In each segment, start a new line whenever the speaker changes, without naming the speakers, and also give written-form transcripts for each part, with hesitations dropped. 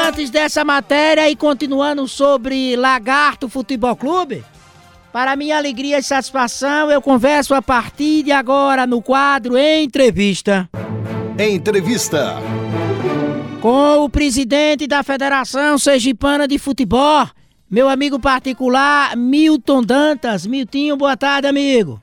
Antes dessa matéria e continuando sobre Lagarto Futebol Clube, para minha alegria e satisfação, eu converso a partir de agora no quadro Entrevista.
Entrevista.
Com o presidente da Federação Sergipana de Futebol, meu amigo particular, Milton Dantas. Miltinho, boa tarde, amigo.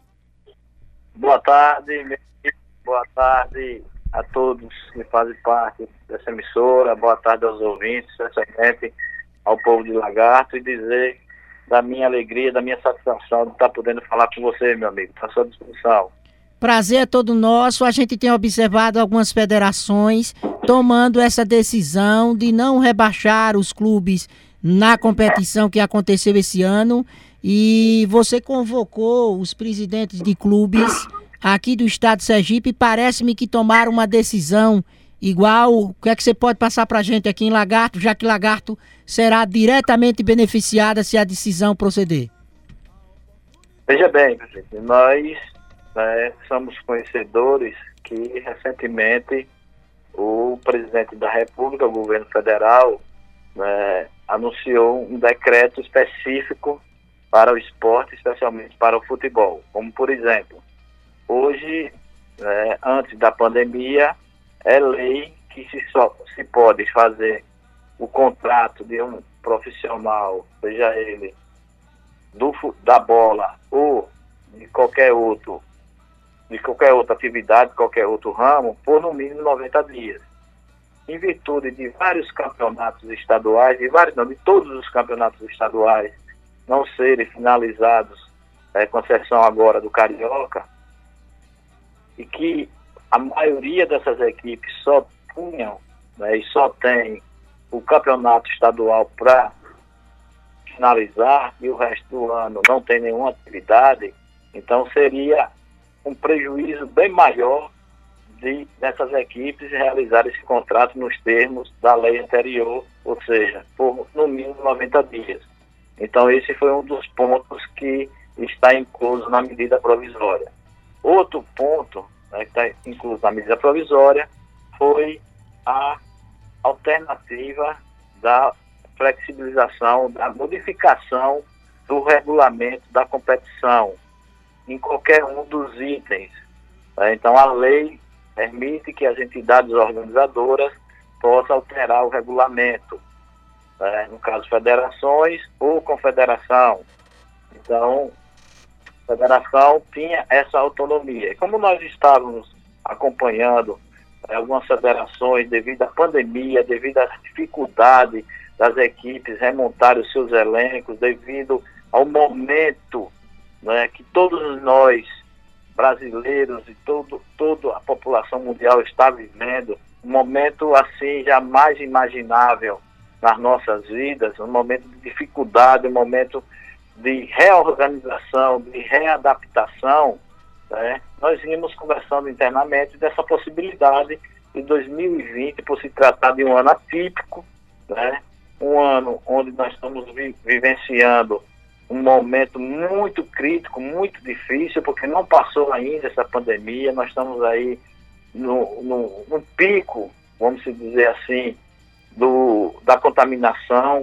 Boa tarde, boa tarde a todos que fazem parte dessa emissora, boa tarde aos ouvintes, especialmente ao povo de Lagarto, e dizer da minha alegria, da minha satisfação de estar podendo falar com você, meu amigo, à sua disposição.
Prazer é todo nosso. A gente tem observado algumas federações tomando essa decisão de não rebaixar os clubes na competição que aconteceu esse ano, e você convocou os presidentes de clubes aqui do estado de Sergipe. Parece-me que tomaram uma decisão igual. O que é que você pode passar pra gente aqui em Lagarto, já que Lagarto será diretamente beneficiada se a decisão proceder?
Veja bem, presidente, nós somos conhecedores que recentemente o presidente da República, o governo federal, anunciou um decreto específico para o esporte, especialmente para o futebol. Como, por exemplo, hoje, antes da pandemia, é lei que se pode fazer o contrato de um profissional, seja ele da bola ou de qualquer outra atividade, qualquer outro ramo, por no mínimo 90 dias. Em virtude de vários campeonatos estaduais, de todos os campeonatos estaduais não serem finalizados, com exceção agora do Carioca, e que a maioria dessas equipes só tinham, e só tem o campeonato estadual para finalizar, e o resto do ano não tem nenhuma atividade, então seria um prejuízo bem maior dessas equipes realizar esse contrato nos termos da lei anterior, ou seja, por no mínimo 90 dias. Então esse foi um dos pontos que está incluso na medida provisória. Outro ponto, que está incluso na medida provisória, foi a alternativa da flexibilização, da modificação do regulamento da competição em qualquer um dos itens. Então a lei permite que as entidades organizadoras possam alterar o regulamento, no caso federações ou confederação. Então a federação tinha essa autonomia. Como nós estávamos acompanhando algumas federações, devido à pandemia, devido à dificuldade das equipes remontarem os seus elencos, devido ao momento que todos nós, brasileiros e toda a população mundial está vivendo, um momento assim jamais imaginável nas nossas vidas, um momento de dificuldade, um momento de reorganização, de readaptação, nós vimos conversando internamente dessa possibilidade de 2020, por se tratar de um ano atípico, um ano onde nós estamos vivenciando um momento muito crítico, muito difícil, porque não passou ainda essa pandemia, nós estamos aí no pico, vamos dizer assim, da contaminação.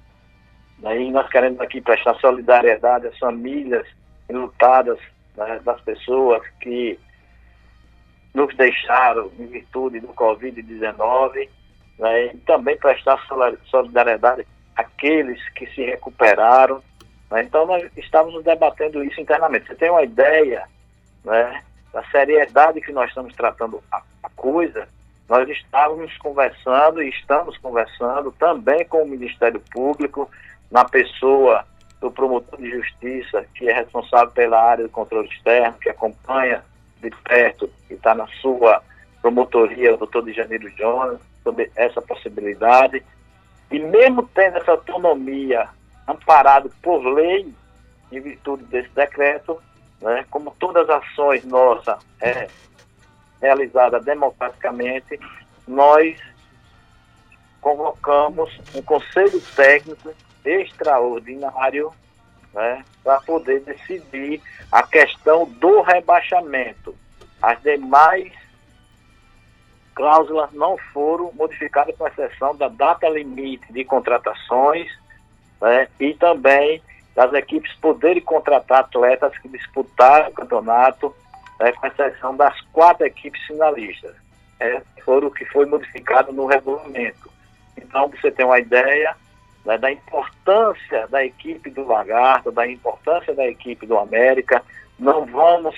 Daí nós queremos aqui prestar solidariedade às famílias enlutadas, das pessoas que nos deixaram em virtude do Covid-19, e também prestar solidariedade àqueles que se recuperaram. Então nós estávamos debatendo isso internamente. Você tem uma ideia, da seriedade que nós estamos tratando a coisa. Nós estávamos conversando e estamos conversando também com o Ministério Público, na pessoa do promotor de justiça, que é responsável pela área do controle externo, que acompanha de perto, que está na sua promotoria, o doutor de Janeiro Jonas, sobre essa possibilidade. E mesmo tendo essa autonomia amparado por lei, em virtude desse decreto, como todas as ações nossas realizadas democraticamente, nós convocamos um conselho técnico extraordinário, para poder decidir a questão do rebaixamento. As demais cláusulas não foram modificadas, com exceção da data limite de contratações, né, e também das equipes poderem contratar atletas que disputaram o campeonato, né, com exceção das 4 equipes finalistas. Foram o que foi modificado no regulamento. Então, você tem uma ideia, né, da importância da equipe do Lagarto, da importância da equipe do América. Não vamos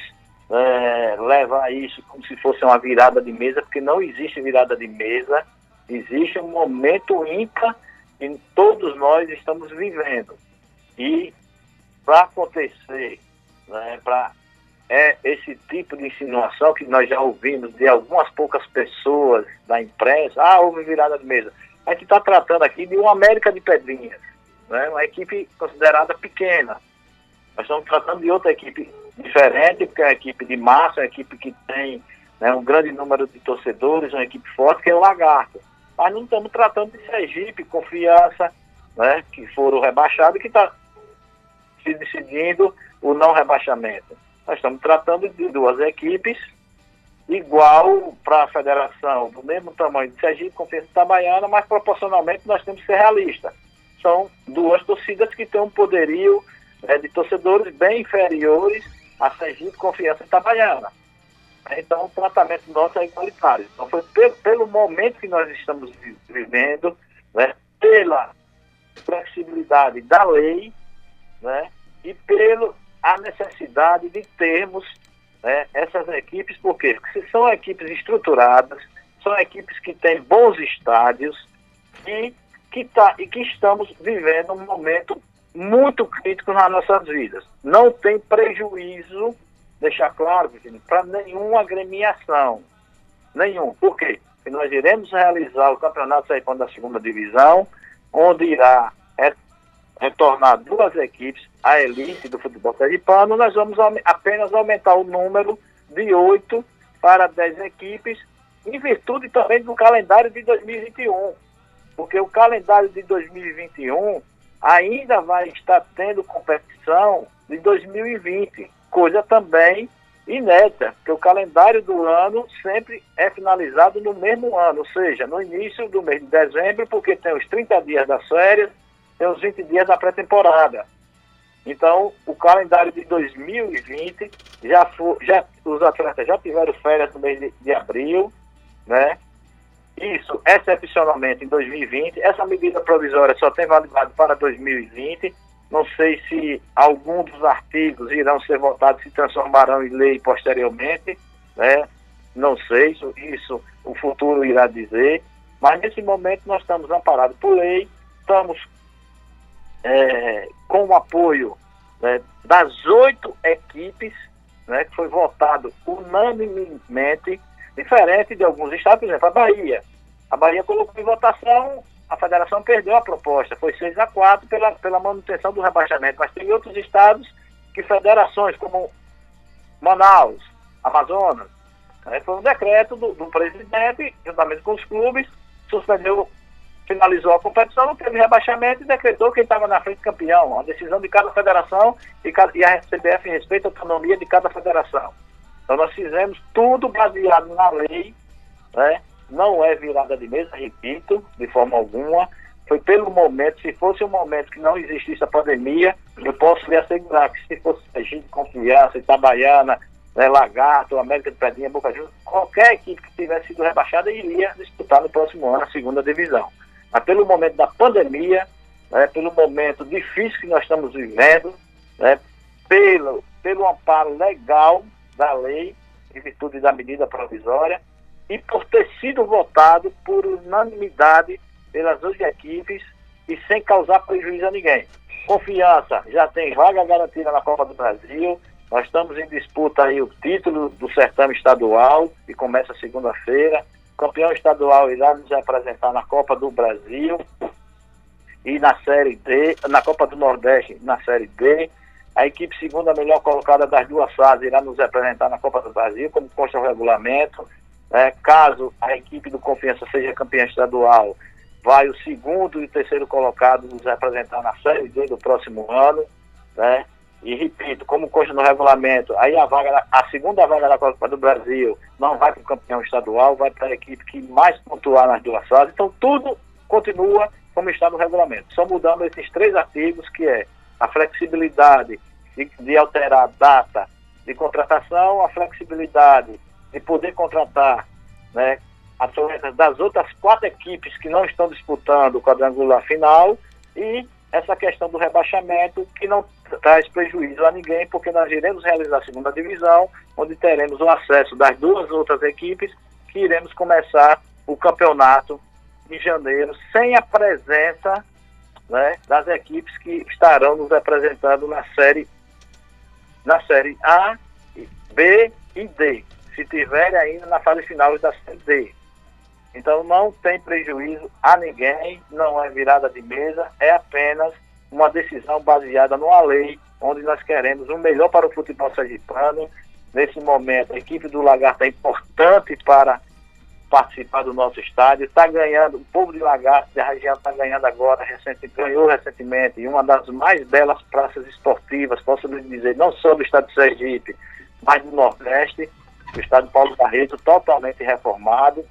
levar isso como se fosse uma virada de mesa, porque não existe virada de mesa, existe um momento ímpar que todos nós estamos vivendo. E para acontecer, né, esse tipo de insinuação que nós já ouvimos de algumas poucas pessoas da imprensa, houve virada de mesa. A gente está tratando aqui de uma América de Pedrinhas, né, uma equipe considerada pequena. Nós estamos tratando de outra equipe diferente, porque é uma equipe de massa, uma equipe que tem, né, um grande número de torcedores, uma equipe forte, que é o Lagarto. Mas não estamos tratando de Sergipe, Confiança, né, que foram rebaixados e que está se decidindo o não rebaixamento. Nós estamos tratando de 2 equipes igual para a federação, do mesmo tamanho de Sergipe, Confiança e Itabaiana, mas proporcionalmente nós temos que ser realistas. São 2 torcidas que têm um poderio de torcedores bem inferiores a Sergipe, Confiança e Itabaiana. Então, o tratamento nosso é igualitário. Então, foi pelo momento que nós estamos vivendo, né, pela flexibilidade da lei, né, e pela necessidade de termos, né, essas equipes. Por quê? Porque são equipes estruturadas, são equipes que têm bons estádios e que estamos vivendo um momento muito crítico nas nossas vidas. Não tem prejuízo, deixar claro, para nenhuma agremiação. Nenhum. Por quê? Porque nós iremos realizar o Campeonato Sergipano da 2ª Divisão, onde irá retornar 2 equipes à elite do futebol sergipano. Nós vamos apenas aumentar o número de 8 para 10 equipes, em virtude também do calendário de 2021. Porque o calendário de 2021 ainda vai estar tendo competição de 2020, coisa também inédita, porque o calendário do ano sempre é finalizado no mesmo ano, ou seja, no início do mês de dezembro, porque tem os 30 dias das férias, tem os 20 dias da pré-temporada. Então, o calendário de 2020, os atletas já tiveram férias no mês de abril, né? Isso, excepcionalmente, em 2020. Essa medida provisória só tem validade para 2020. Não sei se algum dos artigos irão ser votados, se transformarão em lei posteriormente, né? Não sei, isso o futuro irá dizer. Mas, nesse momento, nós estamos amparados por lei, estamos com o apoio, né, das 8 equipes, né, que foi votado unanimemente, diferente de alguns estados. Por exemplo, a Bahia. A Bahia colocou em votação, a federação perdeu a proposta, foi 6-4 pela manutenção do rebaixamento, mas tem outros estados que federações, como Manaus, Amazonas, né, foi um decreto do presidente, juntamente com os clubes, finalizou a competição, não teve rebaixamento e decretou quem estava na frente campeão. A decisão de cada federação e a CBF respeita a autonomia de cada federação. Então nós fizemos tudo baseado na lei, né? Não é virada de mesa, repito, de forma alguma. Foi pelo momento, se fosse um momento que não existisse a pandemia, eu posso lhe assegurar que se fosse Sergipe, Confiança, Itabaiana, né, Lagarto, América de Pedrinha, Boca Juniors, qualquer equipe que tivesse sido rebaixada iria disputar no próximo ano a 2ª Divisão. Mas pelo momento da pandemia, né, pelo momento difícil que nós estamos vivendo, né, pelo amparo legal da lei, em virtude da medida provisória, e por ter sido votado por unanimidade pelas 2 equipes e sem causar prejuízo a ninguém. Confiança já tem vaga garantida na Copa do Brasil. Nós estamos em disputa aí o título do certame estadual, que começa segunda-feira. O campeão estadual irá nos apresentar na Copa do Brasil e na Série D, na Copa do Nordeste, na Série D. A equipe segunda melhor colocada das 2 fases irá nos apresentar na Copa do Brasil, como consta o regulamento. Caso a equipe do Confiança seja campeã estadual, vai o 2º e o 3º colocado nos representar na Série D do próximo ano, né? e repito, como consta no regulamento, aí a segunda vaga da Copa do Brasil não vai para o campeão estadual, vai para a equipe que mais pontuar nas duas fases. Então tudo continua como está no regulamento. Só mudando esses 3 artigos, que é a flexibilidade de alterar a data de contratação, a flexibilidade de poder contratar, né, atletas das outras 4 equipes que não estão disputando o quadrangular final, e essa questão do rebaixamento, que não traz prejuízo a ninguém, porque nós iremos realizar a segunda divisão, onde teremos o acesso das 2 outras equipes, que iremos começar o campeonato em janeiro, sem a presença, né, das equipes que estarão nos representando na série A, B e D, se tiverem ainda na fase final da série D. Então não tem prejuízo a ninguém, não é virada de mesa, é apenas uma decisão baseada numa lei, onde nós queremos o melhor para o futebol sergipano. Nesse momento, a equipe do Lagarto é importante para participar do nosso estádio, está ganhando, o povo de Lagarto, da região, está ganhando agora, ganhou recentemente, uma das mais belas praças esportivas, posso lhe dizer, não só do estado de Sergipe, mas do Nordeste, o estádio Paulo Barreto, totalmente reformado.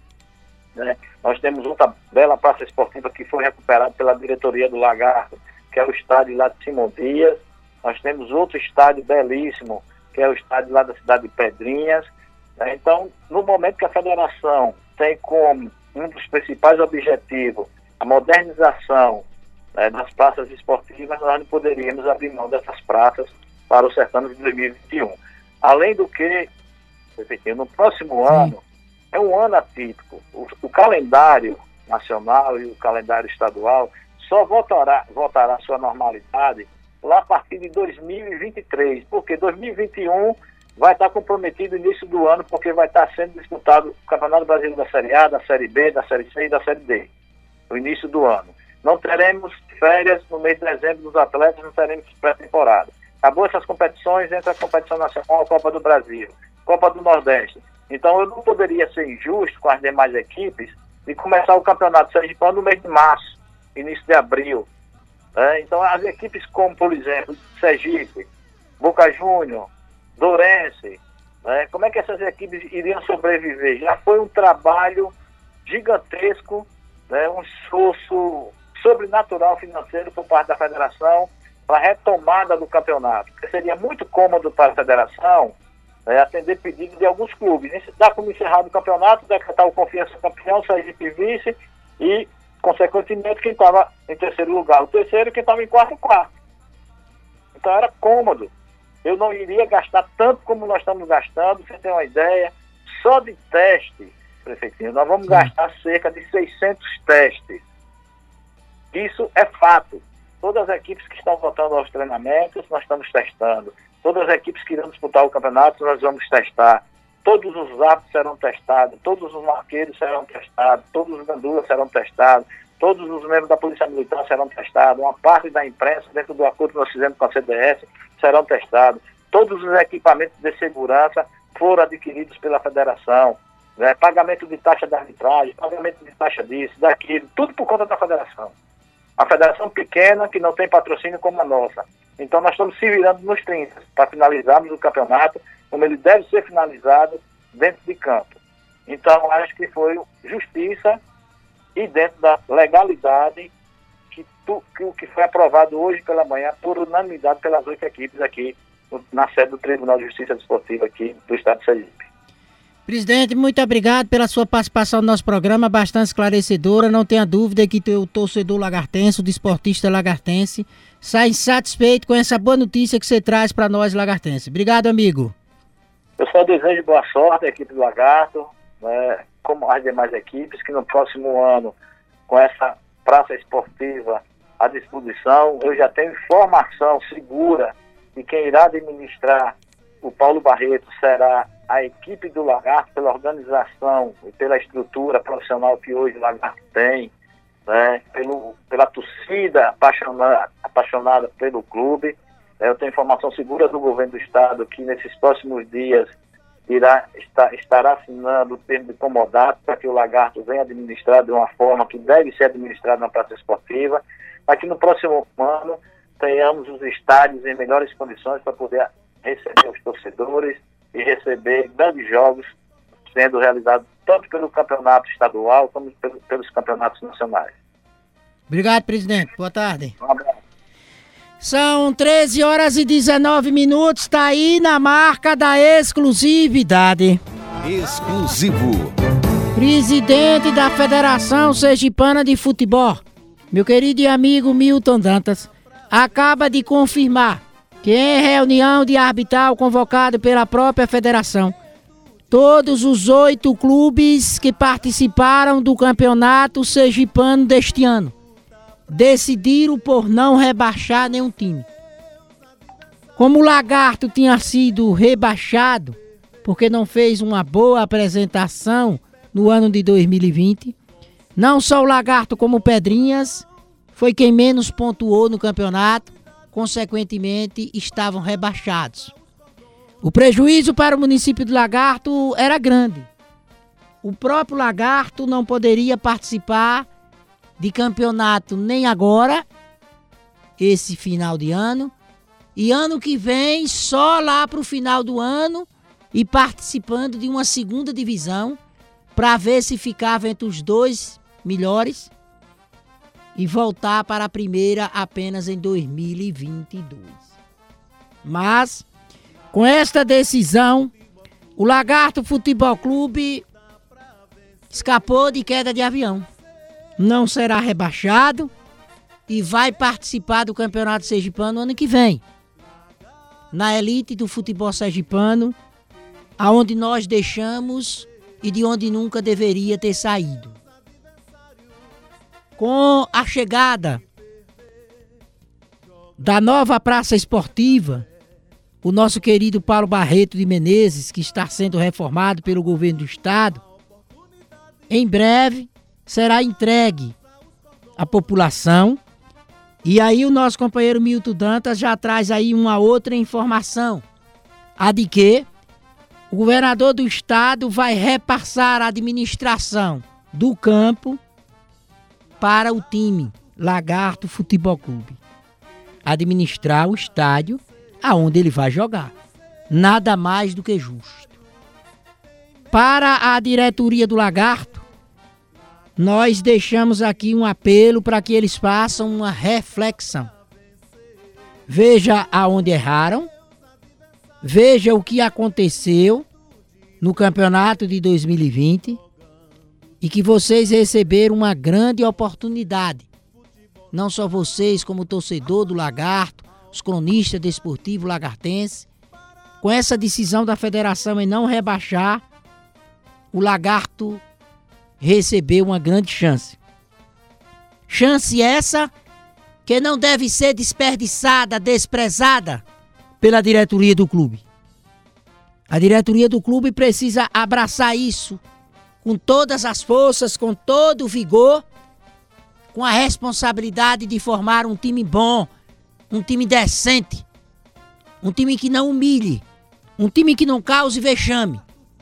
Né? Nós temos outra bela praça esportiva que foi recuperada pela diretoria do Lagarto, que é o estádio lá de Simão Dias. Nós temos outro estádio belíssimo, que é o estádio lá da cidade de Pedrinhas. Né? Então, no momento que a federação tem como um dos principais objetivos a modernização, né, das praças esportivas, nós não poderíamos abrir mão dessas praças para o certame de 2021. Além do que, no próximo ano, é um ano atípico. O calendário nacional e o calendário estadual só voltará à sua normalidade lá a partir de 2023, porque 2021 vai estar comprometido no início do ano, porque vai estar sendo disputado o Campeonato Brasileiro da Série A, da Série B, da Série C e da Série D, no início do ano. Não teremos férias no mês de dezembro dos atletas, não teremos pré-temporada. Acabou essas competições, entra a competição nacional, a Copa do Brasil, Copa do Nordeste. Então eu não poderia ser injusto com as demais equipes de começar o Campeonato Sergipano no mês de março, início de abril. Então as equipes como, por exemplo, Sergipe, Boca Juniors, Dourense, como é que essas equipes iriam sobreviver? Já foi um trabalho gigantesco, um esforço sobrenatural financeiro por parte da federação para a retomada do campeonato. Porque seria muito cômodo para a federação atender pedidos de alguns clubes. Dá como encerrado o campeonato, decretar o Confiança campeão, Sergipe vice e, consequentemente, quem estava em terceiro lugar, o terceiro, e quem estava em quarto. Então era cômodo. Eu não iria gastar tanto como nós estamos gastando, você tem uma ideia, só de teste, prefeitinho, nós vamos gastar cerca de 600 testes. Isso é fato. Todas as equipes que estão voltando aos treinamentos, nós estamos testando. Todas as equipes que irão disputar o campeonato, nós vamos testar. Todos os árbitros serão testados, todos os marqueiros serão testados, todos os gandulas serão testados, todos os membros da Polícia Militar serão testados, uma parte da imprensa, dentro do acordo que nós fizemos com a CDS, serão testados. Todos os equipamentos de segurança foram adquiridos pela federação. Pagamento de taxa de arbitragem, pagamento de taxa disso, daquilo, tudo por conta da federação. A federação pequena que não tem patrocínio como a nossa. Então nós estamos se virando nos 30 para finalizarmos o campeonato como ele deve ser finalizado dentro de campo. Então acho que foi justiça e dentro da legalidade o que foi aprovado hoje pela manhã por unanimidade pelas 8 equipes aqui na sede do Tribunal de Justiça Desportiva aqui do Estado de Sergipe.
Presidente, muito obrigado pela sua participação no nosso programa, bastante esclarecedora. Não tenha dúvida que o torcedor lagartense, o desportista lagartense, sai satisfeito com essa boa notícia que você traz para nós lagartenses. Obrigado, amigo.
Eu só desejo boa sorte à equipe do Lagarto, como as demais equipes, que no próximo ano, com essa praça esportiva à disposição, eu já tenho informação segura de quem irá administrar o Paulo Barreto será a equipe do Lagarto, pela organização e pela estrutura profissional que hoje o Lagarto tem, pela torcida apaixonada pelo clube. Eu tenho informação segura do governo do estado que nesses próximos dias estará assinando o termo de comodato para que o Lagarto venha administrar de uma forma que deve ser administrada na praça esportiva, para que no próximo ano tenhamos os estádios em melhores condições para poder receber os torcedores e receber grandes jogos sendo realizados tanto pelo campeonato estadual como pelos campeonatos nacionais.
Obrigado, presidente. Boa tarde.
Um abraço.
São 13 horas e 19 minutos, está aí na marca da exclusividade.
Exclusivo.
Presidente da Federação Sergipana de Futebol, meu querido e amigo Milton Dantas, acaba de confirmar que em reunião de arbitral convocada pela própria federação, todos os 8 clubes que participaram do campeonato sergipano deste ano decidiram por não rebaixar nenhum time. Como o Lagarto tinha sido rebaixado porque não fez uma boa apresentação no ano de 2020, não só o Lagarto como o Pedrinhas foi quem menos pontuou no campeonato, consequentemente estavam rebaixados. O prejuízo para o município do Lagarto era grande. O próprio Lagarto não poderia participar de campeonato nem agora, esse final de ano, e ano que vem só lá para o final do ano e participando de uma segunda divisão para ver se ficava entre os 2 melhores e voltar para a primeira apenas em 2022. Mas, com esta decisão, o Lagarto Futebol Clube escapou de queda de avião. Não será rebaixado e vai participar do Campeonato Sergipano ano que vem. Na elite do futebol sergipano, aonde nós deixamos e de onde nunca deveria ter saído. Com a chegada da nova praça esportiva, o nosso querido Paulo Barreto de Menezes, que está sendo reformado pelo governo do estado, em breve será entregue à população. E aí o nosso companheiro Milton Dantas já traz aí uma outra informação, a de que o governador do estado vai repassar a administração do campo para o time Lagarto Futebol Clube. Administrar o estádio aonde ele vai jogar. Nada mais do que justo. Para a diretoria do Lagarto, nós deixamos aqui um apelo para que eles façam uma reflexão. Veja aonde erraram, veja o que aconteceu no campeonato de 2020 e que vocês receberam uma grande oportunidade. Não só vocês, como torcedor do Lagarto, os cronistas desportivos lagartenses, com essa decisão da federação em não rebaixar, o Lagarto recebeu uma grande chance. Chance essa que não deve ser desperdiçada, desprezada pela diretoria do clube. A diretoria do clube precisa abraçar isso com todas as forças, com todo o vigor, com a responsabilidade de formar um time bom, um time decente, um time que não humilhe, um time que não cause vexame,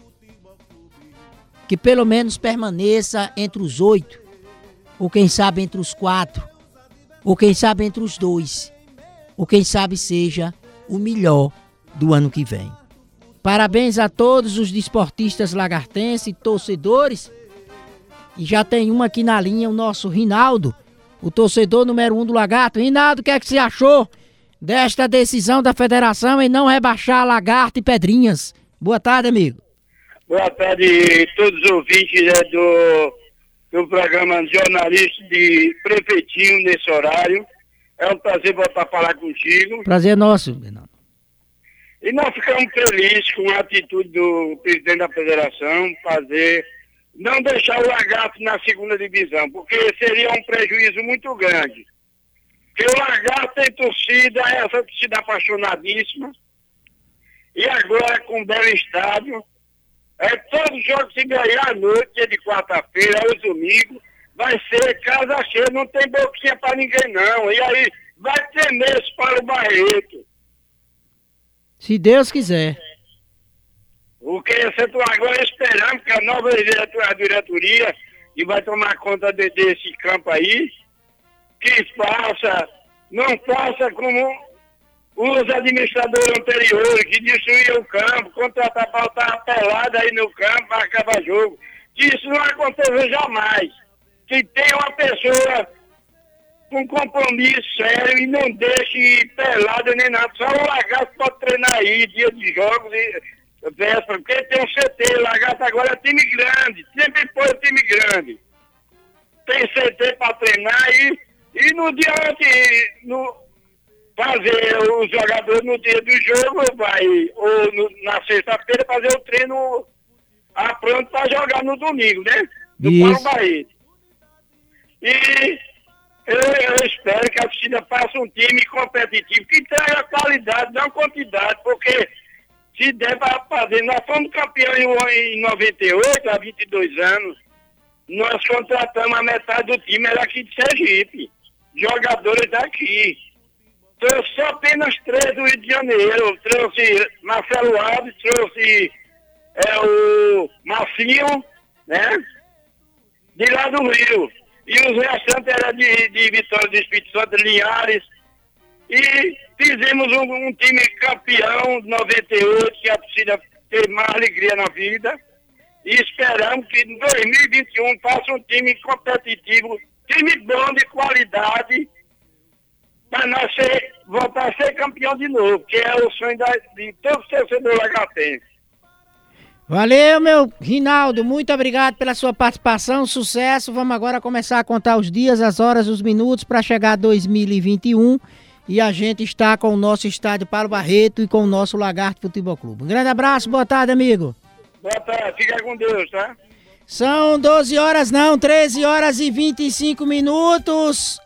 que pelo menos permaneça entre os 8, ou quem sabe entre os 4, ou quem sabe entre os 2, ou quem sabe seja o melhor do ano que vem. Parabéns a todos os desportistas lagartenses e torcedores. E já tem uma aqui na linha, o nosso Rinaldo, o torcedor número 1 do Lagarto. Rinaldo, o que é que você achou desta decisão da federação em não rebaixar Lagarto e Pedrinhas? Boa tarde, amigo.
Boa tarde a todos os ouvintes do programa Jornalista de Prefeitinho nesse horário. É um prazer voltar a falar contigo.
Prazer nosso, Rinaldo.
E nós ficamos felizes com a atitude do presidente da federação, não deixar o Lagarto na segunda divisão, porque seria um prejuízo muito grande. Porque o Lagarto tem torcida, essa torcida apaixonadíssima, e agora com um belo estádio, todos os jogos se ganhar à noite, dia de quarta-feira, aos domingos, vai ser casa cheia, não tem boquinha para ninguém não, e aí vai ter mês para o Barreto.
Se Deus quiser.
O que agora esperamos que a nova diretoria, que vai tomar conta desse campo aí, que faça não faça como os administradores anteriores que destruíam o campo, contratar para estar pelado aí no campo para acabar jogo. Que isso não aconteceu jamais. Que tenha uma pessoa com compromisso sério e não deixe pelado nem nada. Só o Lagarto pode treinar aí, dia de jogos e véspera, porque tem um CT. O Lagarto agora é time grande, sempre foi time grande. Tem CT para treinar e no dia fazer os jogadores no dia do jogo, na sexta-feira fazer o treino pronto para jogar no domingo, né? Do Paulo Barreto. E eu espero que a torcida faça um time competitivo, que traga qualidade, não quantidade, porque se der para fazer, nós fomos campeões em 98, há 22 anos, nós contratamos a metade do time, era aqui de Sergipe, jogadores daqui. Trouxe apenas 3 do Rio de Janeiro, trouxe Marcelo Alves, trouxe o Marcinho, né? De lá do Rio. E os restantes eram de Vitória do Espírito Santo, Linhares. E fizemos um time campeão de 98, que a torcida teve mais alegria na vida. E esperamos que em 2021 faça um time competitivo, time bom de qualidade, para nós voltar a ser campeão de novo, que é o sonho de todo torcedor lagartense.
Valeu, meu Rinaldo, muito obrigado pela sua participação, sucesso. Vamos agora começar a contar os dias, as horas, os minutos para chegar 2021 e a gente está com o nosso estádio Paulo Barreto e com o nosso Lagarto Futebol Clube. Um grande abraço, boa tarde, amigo.
Boa tarde, fica com Deus, tá?
São 13 horas e 25 minutos.